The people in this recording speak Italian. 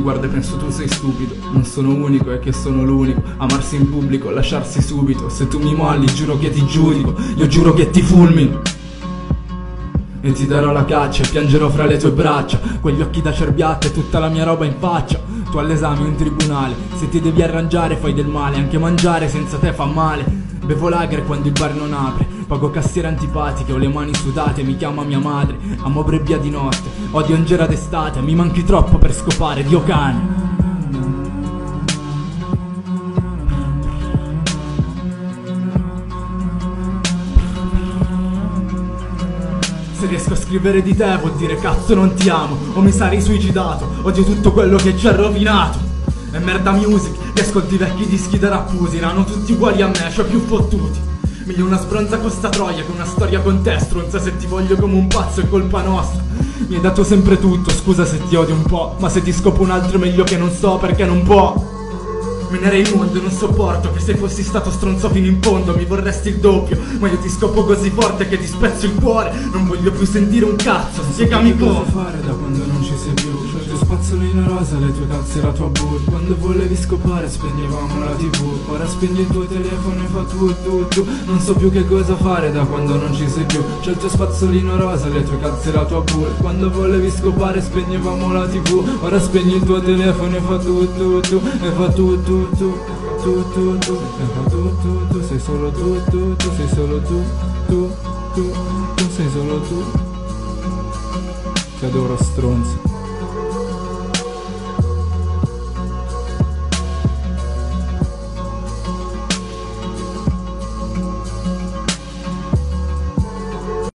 guardo e penso tu sei stupido. Non sono unico, è che sono l'unico. Amarsi in pubblico, lasciarsi subito. Se tu mi molli giuro che ti giudico. Io giuro che ti fulmino e ti darò la caccia e piangerò fra le tue braccia. Quegli occhi da cerbiatta e tutta la mia roba in faccia. Tu all'esame o in tribunale, se ti devi arrangiare fai del male. Anche mangiare senza te fa male. Bevo lager quando il bar non apre. Pago cassiere antipatiche, ho le mani sudate. Mi chiama mia madre, amo brebbia di notte. Odio Angera d'estate, mi manchi troppo per scopare. Dio cane. Se riesco a scrivere di te vuol dire cazzo non ti amo. O mi sarei suicidato. Odio tutto quello che ci ha rovinato. E merda music, che ascolti i vecchi dischi da Rappusi. Erano tutti uguali a me, cioè più fottuti. Meglio una sbronza con sta troia che una storia con te. Stronza, se ti voglio come un pazzo è colpa nostra. Mi hai dato sempre tutto, scusa se ti odio un po'. Ma se ti scopo un altro è meglio che non so perché non può. Menerei il mondo e non sopporto che se fossi stato stronzo fino in fondo mi vorresti il doppio. Ma io ti scopo così forte che ti spezzo il cuore. Non voglio più sentire un cazzo, spiegami cosa fare da quando non ci sei più. Il tuo spazzolino rosa, le tue calze e la tua bur. Quando volevi scopare spegnevamo la tv. Ora spegni il tuo telefono e fa tu. Non so più che cosa fare da quando non ci sei più. C'è il tuo spazzolino rosa, le tue calze e la tua bur. Quando volevi scopare spegnevamo la tv. Ora spegni il tuo telefono e fa tu. E fa tu. Tu sei solo tu sei solo tu sei solo tu. Ti adoro stronzo.